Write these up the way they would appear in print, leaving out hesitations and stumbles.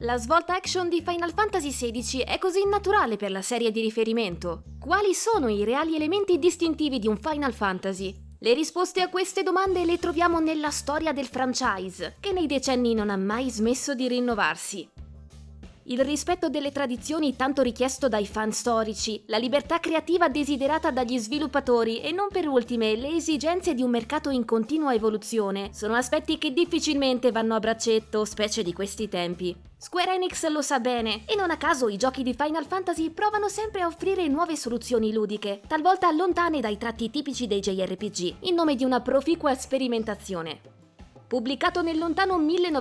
La svolta action di Final Fantasy XVI è così naturale per la serie di riferimento? Quali sono i reali elementi distintivi di un Final Fantasy? Le risposte a queste domande le troviamo nella storia del franchise, che nei decenni non ha mai smesso di rinnovarsi. Il rispetto delle tradizioni tanto richiesto dai fan storici, la libertà creativa desiderata dagli sviluppatori e non per ultime le esigenze di un mercato in continua evoluzione sono aspetti che difficilmente vanno a braccetto, specie di questi tempi. Square Enix lo sa bene e non a caso i giochi di Final Fantasy provano sempre a offrire nuove soluzioni ludiche, talvolta lontane dai tratti tipici dei JRPG, in nome di una proficua sperimentazione. Pubblicato nel lontano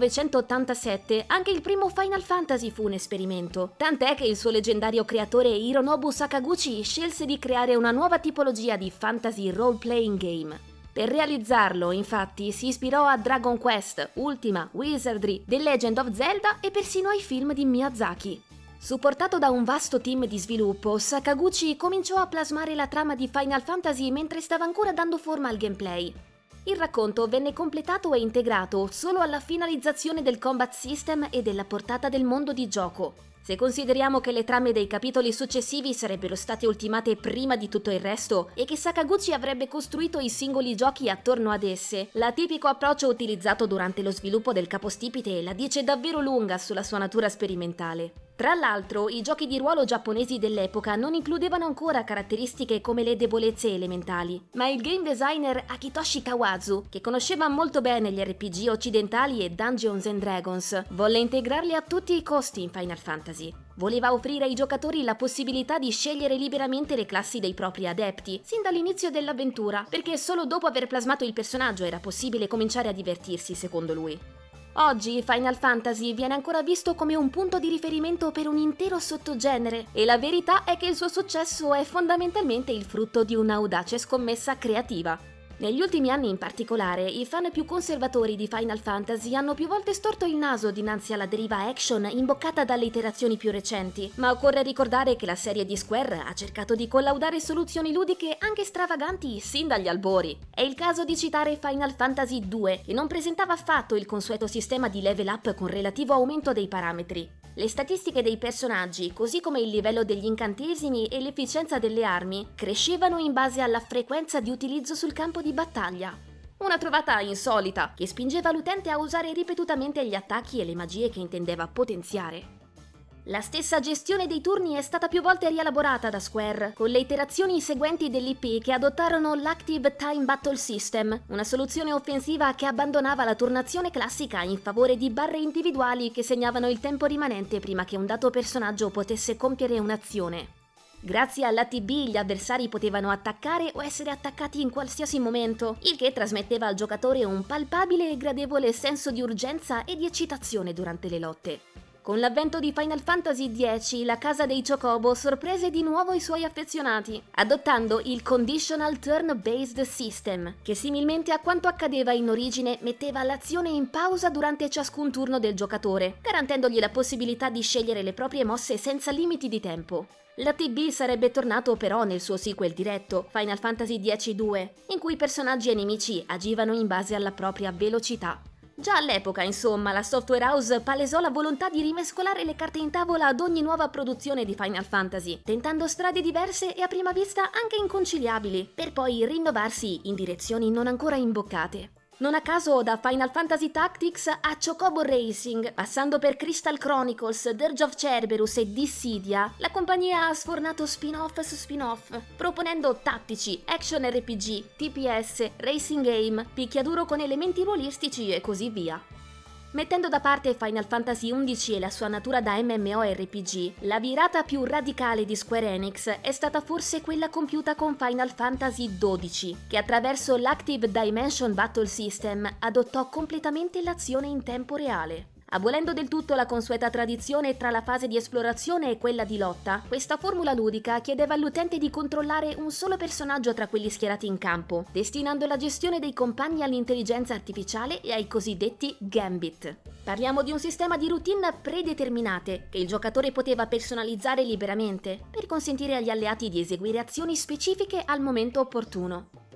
1987, anche il primo Final Fantasy fu un esperimento, tant'è che il suo leggendario creatore Hironobu Sakaguchi scelse di creare una nuova tipologia di fantasy role-playing game. Per realizzarlo, infatti, si ispirò a Dragon Quest, Ultima, Wizardry, The Legend of Zelda e persino ai film di Miyazaki. Supportato da un vasto team di sviluppo, Sakaguchi cominciò a plasmare la trama di Final Fantasy mentre stava ancora dando forma al gameplay. Il racconto venne completato e integrato solo alla finalizzazione del combat system e della portata del mondo di gioco. Se consideriamo che le trame dei capitoli successivi sarebbero state ultimate prima di tutto il resto e che Sakaguchi avrebbe costruito i singoli giochi attorno ad esse, l'atipico approccio utilizzato durante lo sviluppo del capostipite la dice davvero lunga sulla sua natura sperimentale. Tra l'altro, i giochi di ruolo giapponesi dell'epoca non includevano ancora caratteristiche come le debolezze elementali, ma il game designer Akitoshi Kawazu, che conosceva molto bene gli RPG occidentali e Dungeons and Dragons, volle integrarli a tutti i costi in Final Fantasy. Voleva offrire ai giocatori la possibilità di scegliere liberamente le classi dei propri adepti, sin dall'inizio dell'avventura, perché solo dopo aver plasmato il personaggio era possibile cominciare a divertirsi, secondo lui. Oggi Final Fantasy viene ancora visto come un punto di riferimento per un intero sottogenere e la verità è che il suo successo è fondamentalmente il frutto di un'audace scommessa creativa. Negli ultimi anni in particolare, i fan più conservatori di Final Fantasy hanno più volte storto il naso dinanzi alla deriva action imboccata dalle iterazioni più recenti, ma occorre ricordare che la serie di Square ha cercato di collaudare soluzioni ludiche anche stravaganti sin dagli albori. È il caso di citare Final Fantasy II, che non presentava affatto il consueto sistema di level up con relativo aumento dei parametri. Le statistiche dei personaggi, così come il livello degli incantesimi e l'efficienza delle armi, crescevano in base alla frequenza di utilizzo sul campo di battaglia. Una trovata insolita, che spingeva l'utente a usare ripetutamente gli attacchi e le magie che intendeva potenziare. La stessa gestione dei turni è stata più volte rielaborata da Square, con le iterazioni seguenti dell'IP che adottarono l'Active Time Battle System, una soluzione offensiva che abbandonava la turnazione classica in favore di barre individuali che segnavano il tempo rimanente prima che un dato personaggio potesse compiere un'azione. Grazie all'ATB gli avversari potevano attaccare o essere attaccati in qualsiasi momento, il che trasmetteva al giocatore un palpabile e gradevole senso di urgenza e di eccitazione durante le lotte. Con l'avvento di Final Fantasy X, la casa dei Chocobo sorprese di nuovo i suoi affezionati, adottando il Conditional Turn-Based System, che similmente a quanto accadeva in origine metteva l'azione in pausa durante ciascun turno del giocatore, garantendogli la possibilità di scegliere le proprie mosse senza limiti di tempo. L'ATB sarebbe tornato però nel suo sequel diretto, Final Fantasy X-2, in cui personaggi e nemici agivano in base alla propria velocità. Già all'epoca, insomma, la software house palesò la volontà di rimescolare le carte in tavola ad ogni nuova produzione di Final Fantasy, tentando strade diverse e a prima vista anche inconciliabili, per poi rinnovarsi in direzioni non ancora imboccate. Non a caso da Final Fantasy Tactics a Chocobo Racing, passando per Crystal Chronicles, Dirge of Cerberus e Dissidia, la compagnia ha sfornato spin-off su spin-off, proponendo tattici, action RPG, TPS, racing game, picchiaduro con elementi ruolistici e così via. Mettendo da parte Final Fantasy XI e la sua natura da MMORPG, la virata più radicale di Square Enix è stata forse quella compiuta con Final Fantasy XII, che attraverso l'Active Dimension Battle System adottò completamente l'azione in tempo reale. Abolendo del tutto la consueta tradizione tra la fase di esplorazione e quella di lotta, questa formula ludica chiedeva all'utente di controllare un solo personaggio tra quelli schierati in campo, destinando la gestione dei compagni all'intelligenza artificiale e ai cosiddetti gambit. Parliamo di un sistema di routine predeterminate, che il giocatore poteva personalizzare liberamente, per consentire agli alleati di eseguire azioni specifiche al momento opportuno.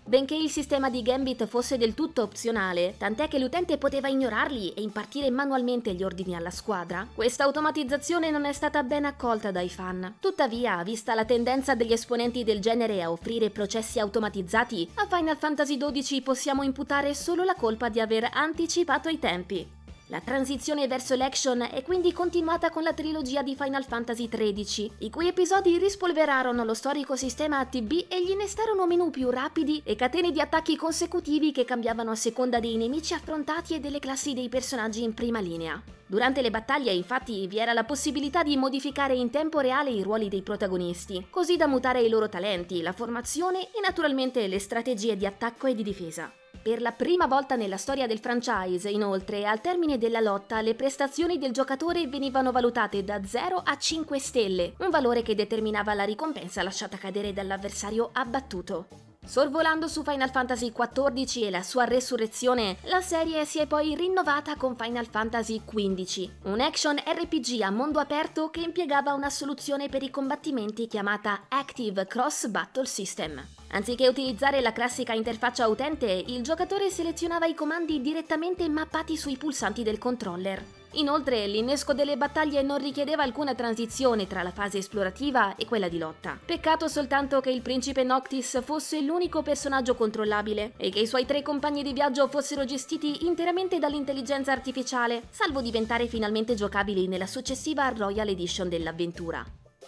Benché il sistema di Gambit fosse del tutto opzionale, tant'è che l'utente poteva ignorarli e impartire manualmente gli ordini alla squadra, questa automatizzazione non è stata ben accolta dai fan. Tuttavia, vista la tendenza degli esponenti del genere a offrire processi automatizzati, a Final Fantasy XII possiamo imputare solo la colpa di aver anticipato i tempi. La transizione verso l'action è quindi continuata con la trilogia di Final Fantasy XIII, i cui episodi rispolverarono lo storico sistema ATB e gli innestarono menu più rapidi e catene di attacchi consecutivi che cambiavano a seconda dei nemici affrontati e delle classi dei personaggi in prima linea. Durante le battaglie, infatti, vi era la possibilità di modificare in tempo reale i ruoli dei protagonisti, così da mutare i loro talenti, la formazione e naturalmente le strategie di attacco e di difesa. Per la prima volta nella storia del franchise, inoltre, al termine della lotta, le prestazioni del giocatore venivano valutate da 0 a 5 stelle, un valore che determinava la ricompensa lasciata cadere dall'avversario abbattuto. Sorvolando su Final Fantasy XIV e la sua resurrezione, la serie si è poi rinnovata con Final Fantasy XV, un action RPG a mondo aperto che impiegava una soluzione per i combattimenti chiamata Active Cross Battle System. Anziché utilizzare la classica interfaccia utente, il giocatore selezionava i comandi direttamente mappati sui pulsanti del controller. Inoltre, l'innesco delle battaglie non richiedeva alcuna transizione tra la fase esplorativa e quella di lotta. Peccato soltanto che il principe Noctis fosse l'unico personaggio controllabile e che i suoi 3 compagni di viaggio fossero gestiti interamente dall'intelligenza artificiale, salvo diventare finalmente giocabili nella successiva Royal Edition dell'avventura.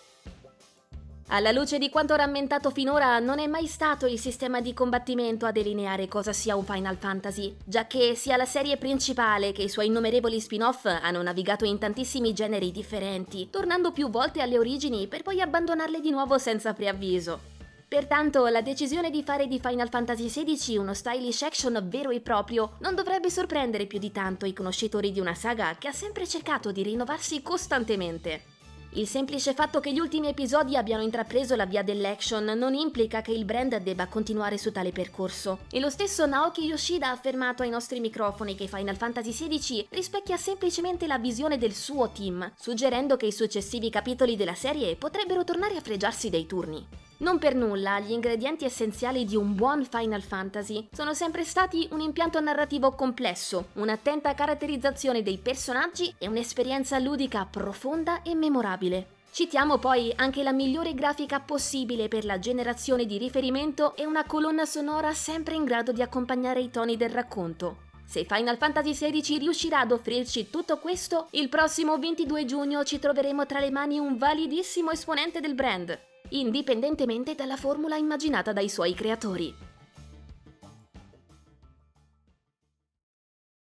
Alla luce di quanto rammentato finora, non è mai stato il sistema di combattimento a delineare cosa sia un Final Fantasy, giacché sia la serie principale che i suoi innumerevoli spin-off hanno navigato in tantissimi generi differenti, tornando più volte alle origini per poi abbandonarle di nuovo senza preavviso. Pertanto, la decisione di fare di Final Fantasy XVI uno stylish action vero e proprio non dovrebbe sorprendere più di tanto i conoscitori di una saga che ha sempre cercato di rinnovarsi costantemente. Il semplice fatto che gli ultimi episodi abbiano intrapreso la via dell'action non implica che il brand debba continuare su tale percorso, e lo stesso Naoki Yoshida ha affermato ai nostri microfoni che Final Fantasy XVI rispecchia semplicemente la visione del suo team, suggerendo che i successivi capitoli della serie potrebbero tornare a fregiarsi dei turni. Non per nulla, gli ingredienti essenziali di un buon Final Fantasy sono sempre stati un impianto narrativo complesso, un'attenta caratterizzazione dei personaggi e un'esperienza ludica profonda e memorabile. Citiamo poi anche la migliore grafica possibile per la generazione di riferimento e una colonna sonora sempre in grado di accompagnare i toni del racconto. Se Final Fantasy XVI riuscirà ad offrirci tutto questo, il prossimo 22 giugno ci troveremo tra le mani un validissimo esponente del brand, indipendentemente dalla formula immaginata dai suoi creatori.